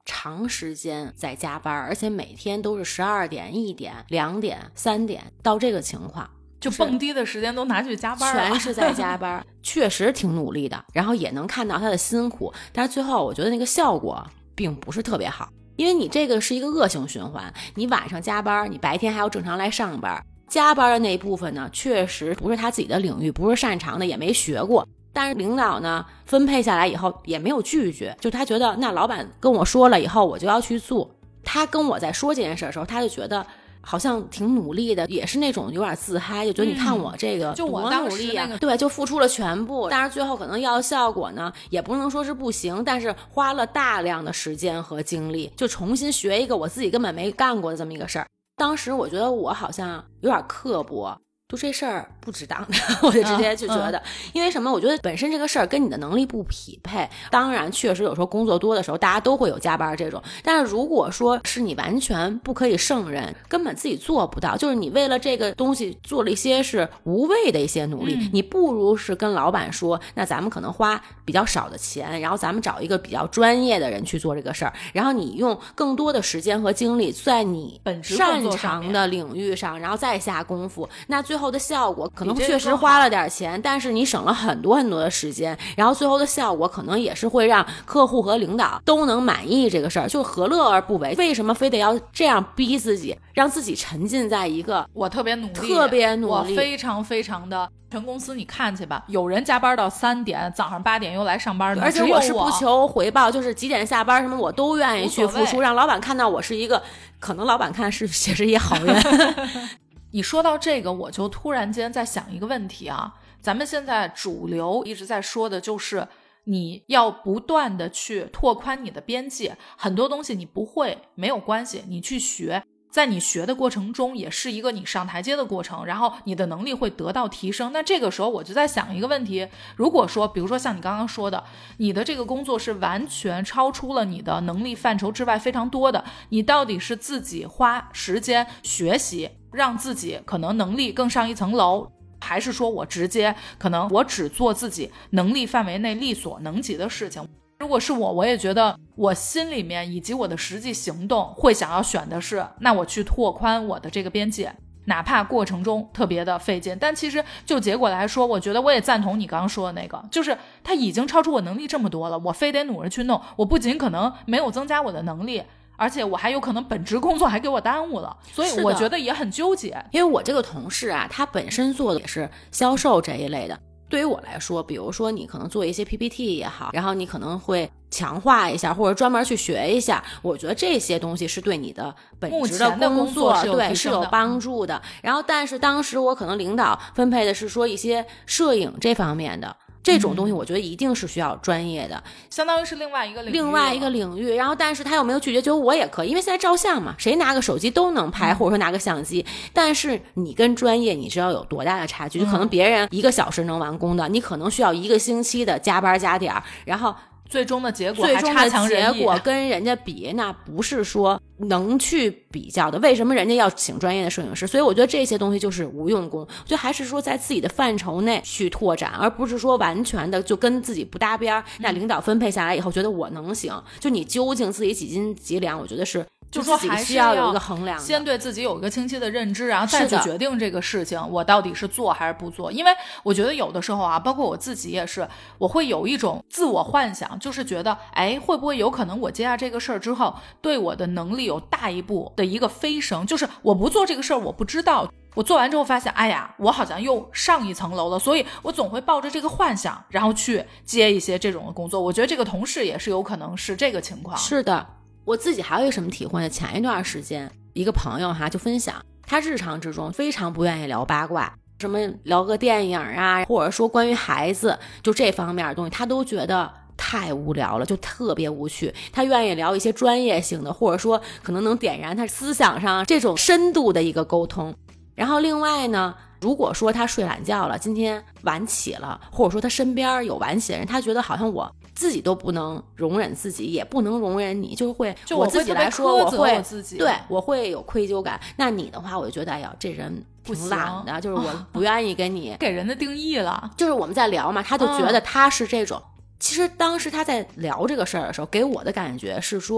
长时间在加班，而且每天都是十二点、一点、两点、三点到这个情况， 就蹦迪的时间都拿去加班了，全是在加班确实挺努力的，然后也能看到他的辛苦，但是最后我觉得那个效果并不是特别好，因为你这个是一个恶性循环，你晚上加班，你白天还要正常来上班，加班的那一部分呢确实不是他自己的领域，不是擅长的，也没学过，但是领导呢分配下来以后也没有拒绝，就他觉得那老板跟我说了以后我就要去做，他跟我在说这件事的时候他就觉得好像挺努力的，也是那种有点自嗨，就觉得你看我这个多努力啊、嗯那个、对，就付出了全部，但是最后可能要的效果呢也不能说是不行，但是花了大量的时间和精力，就重新学一个我自己根本没干过的这么一个事儿。当时我觉得我好像有点刻薄，就这事儿不值当的，我就直接就觉得、嗯嗯、因为什么，我觉得本身这个事儿跟你的能力不匹配，当然确实有时候工作多的时候大家都会有加班这种，但是如果说是你完全不可以胜任，根本自己做不到，就是你为了这个东西做了一些是无谓的一些努力、嗯、你不如是跟老板说，那咱们可能花比较少的钱，然后咱们找一个比较专业的人去做这个事儿，然后你用更多的时间和精力在你擅长的领域上，然后再下功夫，那最后的效果可能确实花了点钱，但是你省了很多很多的时间，然后最后的效果可能也是会让客户和领导都能满意，这个事儿就何乐而不为？为什么非得要这样逼自己，让自己沉浸在一个我特别努力特别努力我非常非常的全公司你看去吧，有人加班到三点，早上八点又来上班的， 而且我是不求回报，就是几点下班什么我都愿意去付出，让老板看到我是一个，可能老板看是也是一好人你说到这个，我就突然间在想一个问题啊，咱们现在主流一直在说的就是你要不断的去拓宽你的边界，很多东西你不会没有关系，你去学，在你学的过程中也是一个你上台阶的过程，然后你的能力会得到提升。那这个时候我就在想一个问题，如果说比如说像你刚刚说的，你的这个工作是完全超出了你的能力范畴之外非常多的，你到底是自己花时间学习让自己可能能力更上一层楼，还是说我直接可能我只做自己能力范围内力所能及的事情。如果是我，我也觉得我心里面以及我的实际行动会想要选的是，那我去拓宽我的这个边界，哪怕过程中特别的费劲。但其实就结果来说，我觉得我也赞同你刚刚说的那个，就是它已经超出我能力这么多了，我非得努力去弄，我不仅可能没有增加我的能力，而且我还有可能本职工作还给我耽误了，所以我觉得也很纠结。 因为我这个同事啊，他本身做的也是销售这一类的，对于我来说，比如说你可能做一些 P P T 也好，然后你可能会强化一下或者专门去学一下，我觉得这些东西是对你的本职的工作对是有帮助的。然后但是当时我可能领导分配的是说一些摄影这方面的，这种东西我觉得一定是需要专业的、嗯、 相当于是另外一个领域另外一个领域。然后但是他有没有拒绝，就我也可以，因为现在照相嘛，谁拿个手机都能拍、嗯、或者说拿个相机，但是你跟专业你知道有多大的差距、嗯、就可能别人一个小时能完工的，你可能需要一个星期的加班加点，然后最终的结果还差强人意， 最终的结果跟人家比，那不是说能去比较的。为什么人家要请专业的摄影师？所以我觉得这些东西就是无用功，我觉得还是说在自己的范畴内去拓展，而不是说完全的就跟自己不搭边、嗯、那领导分配下来以后觉得我能行，就你究竟自己几斤几两，我觉得是就说还是要有一个衡量， 先对自己有一个清晰的认知，然后再去决定这个事情我到底是做还是不做。因为我觉得有的时候啊，包括我自己也是，我会有一种自我幻想，就是觉得哎，会不会有可能我接下这个事儿之后对我的能力有大一步的一个飞升，就是我不做这个事儿我不知道，我做完之后发现哎呀我好像又上一层楼了，所以我总会抱着这个幻想然后去接一些这种的工作。我觉得这个同事也是有可能是这个情况。 是的，我自己还有一个什么体会呢？前一段时间一个朋友哈就分享，他日常之中非常不愿意聊八卦，什么聊个电影啊，或者说关于孩子就这方面的东西他都觉得太无聊了，就特别无趣。他愿意聊一些专业性的，或者说可能能点燃他思想上这种深度的一个沟通。然后另外呢，如果说他睡懒觉了，今天晚起了，或者说他身边有晚起的人，他觉得好像我自己都不能容忍自己，也不能容忍你，就会就我自己来说我会我自己对我会有愧疚感。那你的话我就觉得哎呀这人挺懒的，就是我不愿意跟你给人的定义了， 就是我们在聊嘛，他就觉得他是这种、嗯、其实当时他在聊这个事儿的时候给我的感觉是说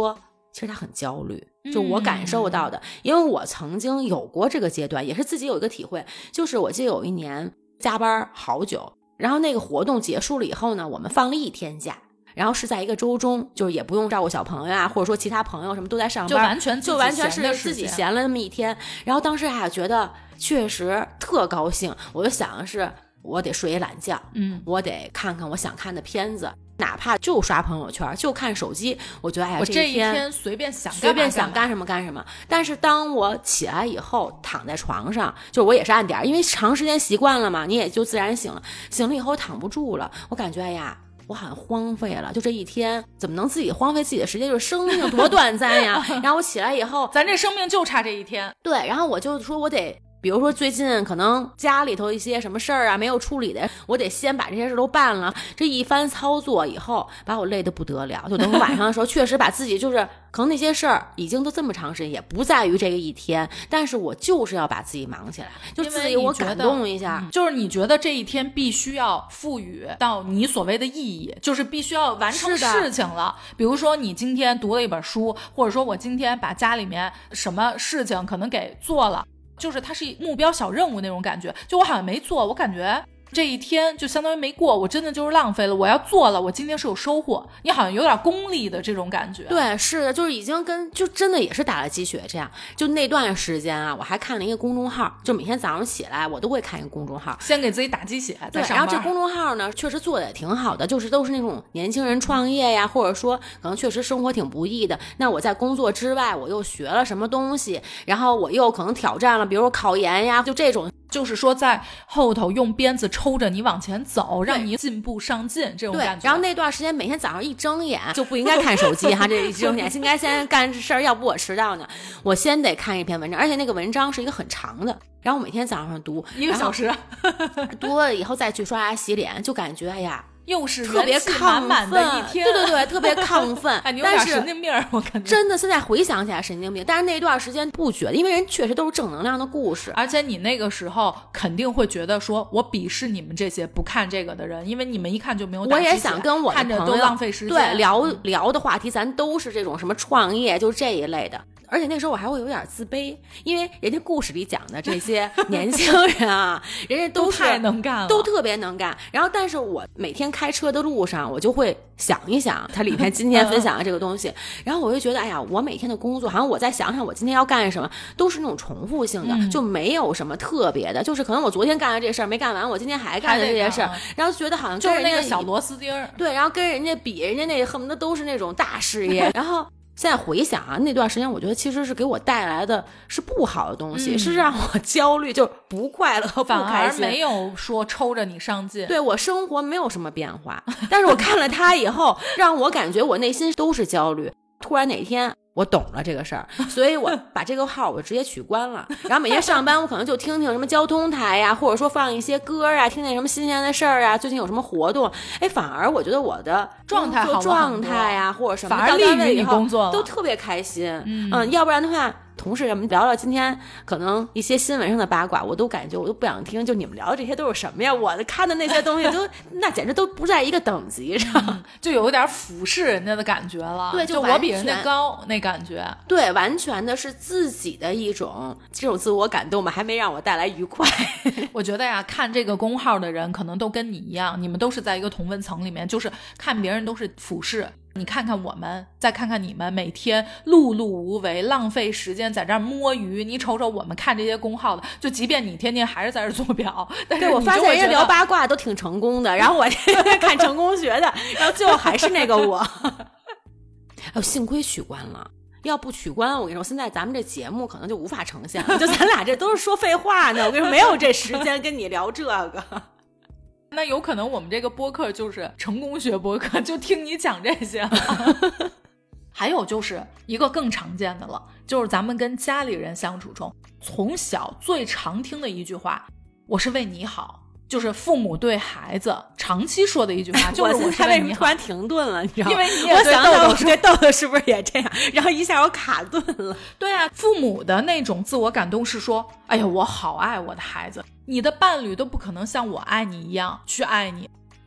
其实他很焦虑，就我感受到的、嗯、因为我曾经有过这个阶段，也是自己有一个体会，就是我记得有一年加班好久，然后那个活动结束了以后呢，我们放了一天假，然后是在一个周中，就是也不用照顾小朋友啊，或者说其他朋友什么都在上班， 就完全就完全是自己闲了那么一天。然后当时还觉得确实特高兴，我就想的是我得睡一懒觉， 嗯， 我得看看我想看的片子，哪怕就刷朋友圈，就看手机，我觉得哎呀， 我这一天一天随便想随便想干什么干什么。但是当我起来以后，躺在床上，就我也是按点，因为长时间习惯了嘛，你也就自然醒了。醒了以后躺不住了，我感觉哎呀，我好像荒废了，就这一天怎么能自己荒废自己的时间？就是生命有多短暂呀！然后我起来以后， 咱这生命就差这一天。 对，然后我就说我得。比如说最近可能家里头一些什么事儿啊没有处理的，我得先把这些事都办了。这一番操作以后，把我累得不得了。就等晚上的时候，确实把自己就是可能那些事儿已经都这么长时间，也不在于这个一天，但是我就是要把自己忙起来，就自己我感动一下、 嗯。就是你觉得这一天必须要赋予到你所谓的意义，就是必须要完成事情了。比如说你今天读了一本书，或者说我今天把家里面什么事情可能给做了。就是它是目标小任务那种感觉，就我好像没做，我感觉这一天就相当于没过，我真的就是浪费了。我要做了，我今天是有收获，你好像有点功利的这种感觉。 对，是的，就是已经跟就真的也是打了鸡血这样。就那段时间啊，我还看了一个公众号，就每天早上起来我都会看一个公众号， 先给自己打鸡血再上班。 对，然后这公众号呢确实做的也挺好的，就是都是那种年轻人创业呀，或者说可能确实生活挺不易的，那我在工作之外我又学了什么东西，然后我又可能挑战了比如说考研呀，就这种， 就是说在后头用鞭子抽着你往前走，让你进步上进这种感觉。 然后那段时间每天早上一睁眼就不应该看手机哈，这一睁眼应该先干事儿，要不我迟到呢。我先得看一篇文章，而且那个文章是一个很长的，然后我每天早上读一个小时， 读了以后再去刷牙洗脸，就感觉哎呀。 又是特别满满的一天， 对对对，特别亢奋。 哎，你有点神经病，我感觉真的现在回想起来神经病，但是那段时间不觉得，因为人确实都是正能量的故事， 而且你那个时候肯定会觉得说，我鄙视你们这些不看这个的人，因为你们一看就没有打鸡血。 我也想跟我的朋友看着都浪费时间， 对聊聊的话题，咱都是这种什么创业，就这一类的。而且那时候我还会有点自卑，因为人家故事里讲的这些年轻人啊，人家都是太能干了， 都特别能干。然后，但是我每天开车的路上，我就会想一想他里面今天分享的这个东西，然后我就觉得，哎呀，我每天的工作，好像我再想想我今天要干什么，都是那种重复性的， 嗯、 就没有什么特别的，就是可能我昨天干的这事儿没干完，我今天还干的这些事儿，然后觉得好像就是那个小螺丝钉儿， 对，然后跟人家比，人家那恨不得都是那种大事业，然后。现在回想啊，那段时间我觉得其实是给我带来的是不好的东西，嗯、是让我焦虑，就不快乐和不开心， 反而没有说抽着你上进。 对，我生活没有什么变化，但是我看了他以后，让我感觉我内心都是焦虑。突然哪天我懂了这个事儿，所以我把这个号我直接取关了。然后每天上班我可能就听听什么交通台呀，或者说放一些歌啊，听听什么新鲜的事儿啊，最近有什么活动。哎，反而我觉得我的状态好状态呀，或者什么反而利于你工作都特别开心。 嗯, 嗯，要不然的话。同事们聊聊今天可能一些新闻上的八卦，我都感觉我都不想听。就你们聊的这些都是什么呀？我的看的那些东西都那简直都不在一个等级上， 嗯、就有点俯视人家的感觉了。 对， 就我比人家高那感觉。 对，完全的是自己的一种这种自我感动嘛，还没让我带来愉快。 我觉得呀，看这个公号的人可能都跟你一样，你们都是在一个同温层里面，就是看别人都是俯视。你看看我们，再看看你们，每天碌碌无为，浪费时间在这儿摸鱼。你瞅瞅我们看这些公号的，就即便你天天还是在这做表，但是对我发现人家聊八卦都挺成功的，然后我天天看成功学的，然后最后还是那个我。哎，幸亏取关了。要不取关，我跟你说，现在咱们这节目可能就无法呈现了，就咱俩这都是说废话呢。我跟你说，没有这时间跟你聊这个。 那有可能我们这个播客就是成功学播客，就听你讲这些了。还有就是一个更常见的了，就是咱们跟家里人相处中，从小最常听的一句话，我是为你好。就是父母对孩子长期说的一句话，就是我是为你好。 突然停顿了，你知道吗？ 因为你也我想豆豆对豆豆是不是也这样？然后一下我卡顿了。 对啊，父母的那种自我感动是说，哎呀，我好爱我的孩子，你的伴侣都不可能像我爱你一样去爱你。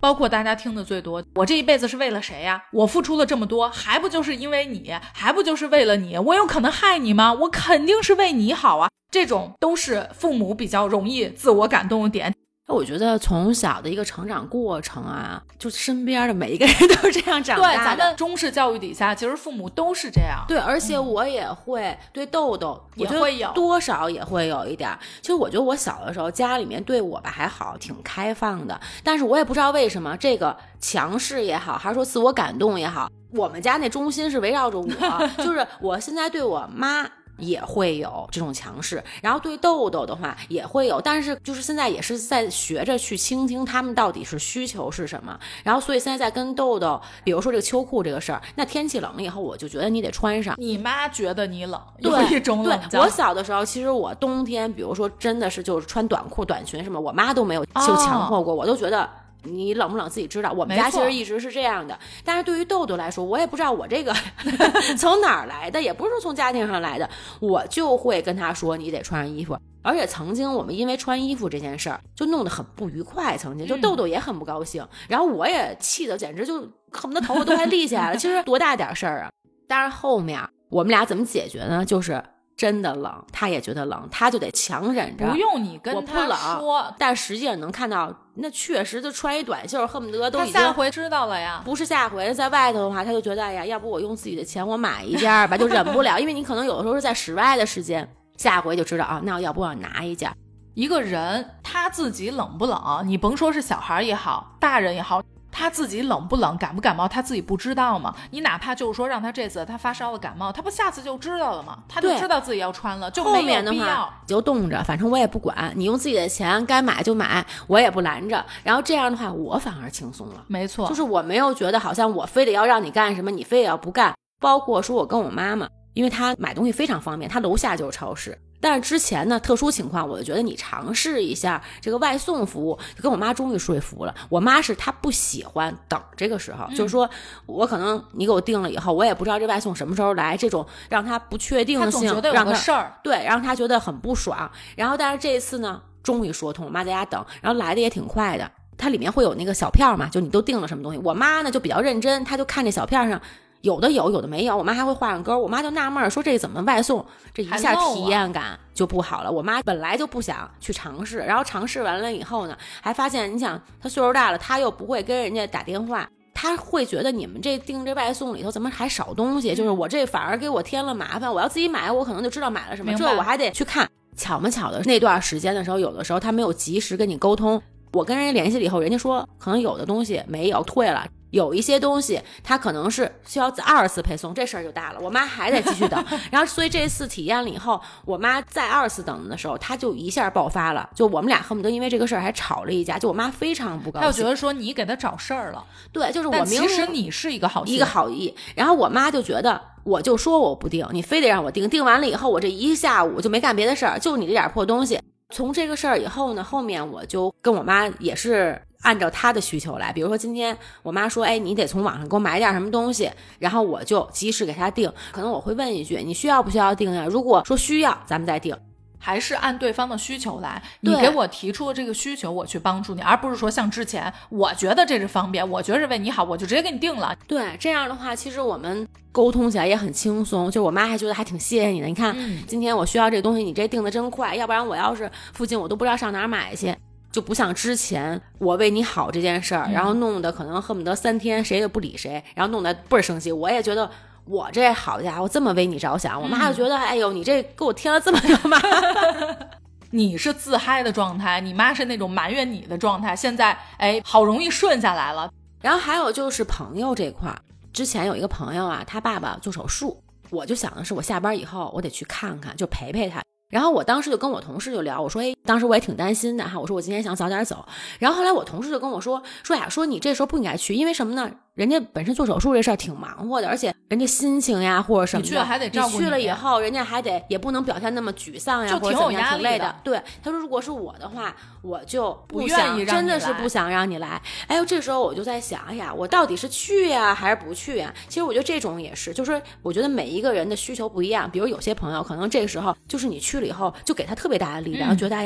包括大家听的最多，我这一辈子是为了谁呀？我付出了这么多，还不就是因为你，还不就是为了你？我有可能害你吗？我肯定是为你好啊。这种都是父母比较容易自我感动的点。 我觉得从小的一个成长过程啊，就身边的每一个人都是这样长大的。 对，咱们中式教育底下，其实父母都是这样。 对，而且我也会、嗯、对豆豆也会有多少也会有一点。其实我觉得我小的时候家里面对我吧还好，挺开放的，但是我也不知道为什么这个强势也好，还是说自我感动也好，我们家那中心是围绕着我就是我现在对我妈也会有这种强势，然后对豆豆的话也会有，但是就是现在也是在学着去倾听他们到底是需求是什么。然后所以现在在跟豆豆，比如说这个秋裤这个事儿，那天气冷了以后我就觉得你得穿上， 你妈觉得你冷， 有一种冷对。我小的时候其实我冬天比如说真的是就是穿短裤短裙什么，我妈都没有就强迫过、哦、我都觉得你冷不冷自己知道，我们家其实一直是这样的。但是对于豆豆来说，我也不知道我这个从哪儿来的，也不是说从家庭上来的，我就会跟他说你得穿上衣服。而且曾经我们因为穿衣服这件事儿就弄得很不愉快，曾经就豆豆也很不高兴、嗯、然后我也气得简直就恨不得头发都快立起来了其实多大点事儿啊。但是后面我们俩怎么解决呢，就是真的冷他也觉得冷，他就得强忍着， 不用你跟他说， 但实际上能看到那确实就穿一短袖恨不得都已经， 他下回知道了呀。 不是下回在外头的话他就觉得哎呀，要不我用自己的钱我买一件吧，就忍不了因为你可能有的时候是在室外的时间，下回就知道啊，那要不我拿一件。 一个人他自己冷不冷，你甭说是小孩也好大人也好，他自己冷不冷感不感冒他自己不知道吗？你哪怕就是说让他这次他发烧了感冒，他不下次就知道了吗？他就知道自己要穿了，就没有必要。后面的话就冻着，反正我也不管，你用自己的钱该买就买，我也不拦着。然后这样的话我反而轻松了。 没错， 就是我没有觉得好像我非得要让你干什么你非得要不干。包括说我跟我妈妈，因为她买东西非常方便，她楼下就是超市。但是之前呢特殊情况我就觉得你尝试一下这个外送服务，就跟我妈终于说服了。我妈是她不喜欢等这个时候、嗯、就是说我可能你给我订了以后我也不知道这外送什么时候来，这种让她不确定性，她总觉得有个事儿， 对，让她觉得很不爽。然后但是这一次呢终于说通，我妈在家等，然后来的也挺快的。它里面会有那个小票嘛，就你都订了什么东西，我妈呢就比较认真，她就看这小票上有的有有的没有，我妈还会画上钩。我妈就纳闷说这怎么外送这一下体验感就不好了。我妈本来就不想去尝试，然后尝试完了以后呢还发现，你想她岁数大了，她又不会跟人家打电话，她会觉得你们这订这外送里头怎么还少东西，就是我这反而给我添了麻烦，我要自己买我可能就知道买了什么，这我还得去看。巧么巧的那段时间的时候，有的时候她没有及时跟你沟通，我跟人家联系了以后，人家说可能有的东西没有退了，有一些东西它可能是需要二次配送，这事儿就大了，我妈还得继续等然后所以这次体验了以后，我妈在二次等的时候她就一下爆发了，就我们俩恨不得因为这个事儿还吵了一架，就我妈非常不高兴， 她就觉得说你给她找事儿了。 对，就是我明明其实你是一个好心一个好意，然后我妈就觉得我就说我不订，你非得让我订，订完了以后我这一下午就没干别的事儿，就你这点破东西。从这个事儿以后呢，后面我就跟我妈也是按照她的需求来，比如说今天我妈说哎，你得从网上给我买点什么东西，然后我就及时给她订，可能我会问一句你需要不需要订呀？如果说需要咱们再订， 还是按对方的需求来，你给我提出的这个需求我去帮助你，而不是说像之前我觉得这是方便，我觉得是为你好，我就直接给你定了。 对，这样的话其实我们沟通起来也很轻松，就我妈还觉得还挺谢谢你的，你看、嗯、今天我需要这东西你这定的真快，要不然我要是附近我都不知道上哪儿买去，就不像之前我为你好这件事儿、嗯、然后弄得可能恨不得三天谁也不理谁，然后弄得倍儿生气，我也觉得我这好家伙这么为你着想，我妈就觉得、嗯、哎呦你这给我添了这么个麻烦你是自嗨的状态，你妈是那种埋怨你的状态，现在哎好容易顺下来了。 然后还有就是朋友这块，之前有一个朋友啊，他爸爸做手术，我就想的是我下班以后我得去看看，就陪陪他。然后我当时就跟我同事就聊，我说哎，当时我也挺担心的哈，我说我今天想早点走。然后后来我同事就跟我说说呀，说你这时候不应该去，因为什么呢？人家本身做手术这事儿挺忙活的，而且人家心情呀或者什么的， 你去了还得照顾 你, 你去了以后人家还得也不能表现那么沮丧呀， 就挺有压力的， 或者怎么样挺累的。对，他说如果是我的话我就不想愿意， 真的是不想让你来。哎呦，这时候我就在想，哎呀，我到底是去呀还是不去呀？其实我觉得这种也是，就是我觉得每一个人的需求不一样，比如有些朋友可能这个时候就是你去了以后就给他特别大的力量、嗯、觉得哎呀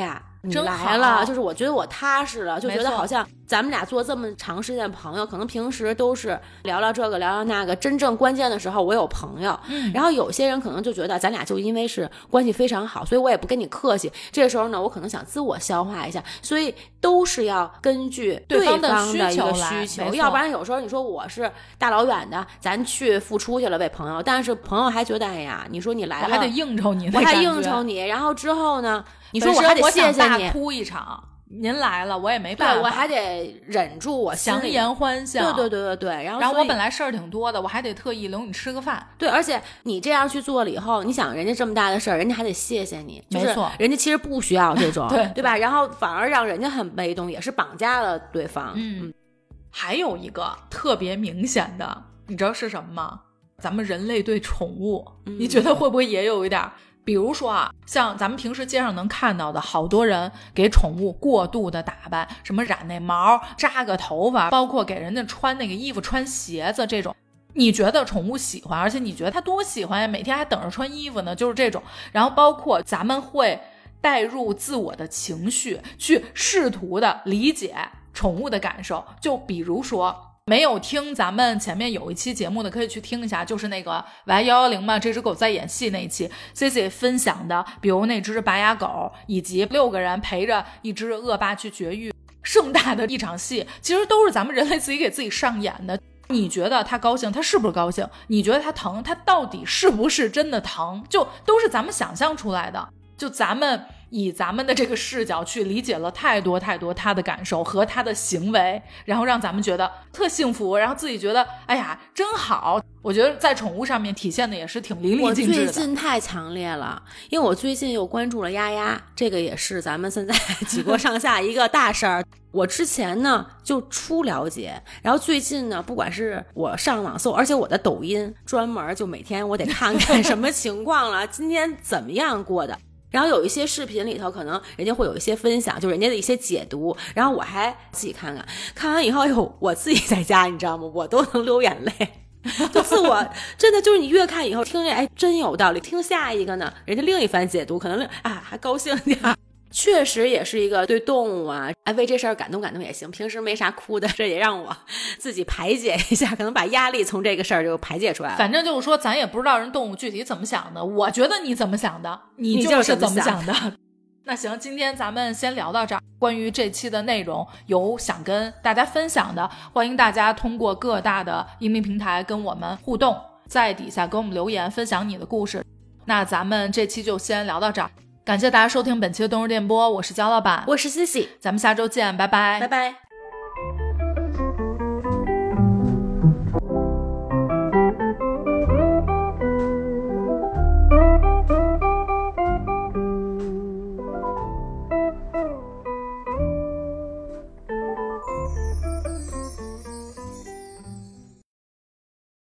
你来了，就是我觉得我踏实了，就觉得好像咱们俩做这么长时间的朋友，可能平时都是聊聊这个聊聊那个，真正关键的时候我有朋友。 嗯， 然后有些人可能就觉得咱俩就因为是关系非常好，所以我也不跟你客气，这个时候呢我可能想自我消化一下，所以都是要根据对方的一个需求，要不然有时候你说我是大老远的咱去付出去了为朋友，但是朋友还觉得哎呀，你说你来了我还得应酬你， 我还应酬你，然后之后呢你说我还得谢谢你， 大哭一场，您来了我也没办法， 对，我还得忍住我强颜欢笑， 对对对对对，然后然后我本来事儿挺多的，我还得特意留你吃个饭， 对，而且你这样去做了以后，你想人家这么大的事儿，人家还得谢谢你， 没错， 就是人家其实不需要这种对对吧？然后反而让人家很被动，也是绑架了对方。 嗯，还有一个特别明显的，你知道是什么吗？咱们人类对宠物，嗯、你觉得会不会也有一点？比如说啊，像咱们平时街上能看到的，好多人给宠物过度的打扮，什么染那毛、扎个头发，包括给人家穿那个衣服、穿鞋子这种，你觉得宠物喜欢，而且你觉得它多喜欢呀，每天还等着穿衣服呢，就是这种。然后包括咱们会带入自我的情绪，去试图的理解宠物的感受，就比如说。没有听咱们前面有一期节目的可以去听一下，就是那个 Y 一一零嘛，这只狗在演戏那一期 C C 分享的，比如那只白牙狗以及六个人陪着一只恶霸去绝育，盛大的一场戏，其实都是咱们人类自己给自己上演的。你觉得他高兴，他是不是高兴？你觉得他疼，他到底是不是真的疼？就都是咱们想象出来的，就咱们以咱们的这个视角去理解了太多太多他的感受和他的行为，然后让咱们觉得特幸福，然后自己觉得哎呀真好。我觉得在宠物上面体现的也是挺淋漓尽致的。 我最近太强烈了，因为我最近又关注了丫丫，这个也是咱们现在几国上下一个大事儿。我之前呢就初了解，然后最近呢不管是我上网搜，而且我的抖音专门就每天我得看看什么情况了今天怎么样过的，然后有一些视频里头可能人家会有一些分享，就人家的一些解读，然后我还自己看看，看完以后哟，我自己在家你知道吗，我都能流眼泪，就自我真的就是你越看以后听着哎真有道理，听下一个呢人家另一番解读可能啊还高兴点，确实也是一个对动物啊哎为这事儿感动感动也行，平时没啥哭的，这也让我自己排解一下，可能把压力从这个事儿就排解出来了。 反正就是说咱也不知道人动物具体怎么想的，我觉得你怎么想的你就是怎么想的。那行，今天咱们先聊到这儿。关于这期的内容有想跟大家分享的，欢迎大家通过各大的音频平台跟我们互动，在底下给我们留言分享你的故事。那咱们这期就先聊到这儿，感谢大家收听本期的冬日电波，我是焦老板， 我是西西， 咱们下周见，拜拜， 拜拜。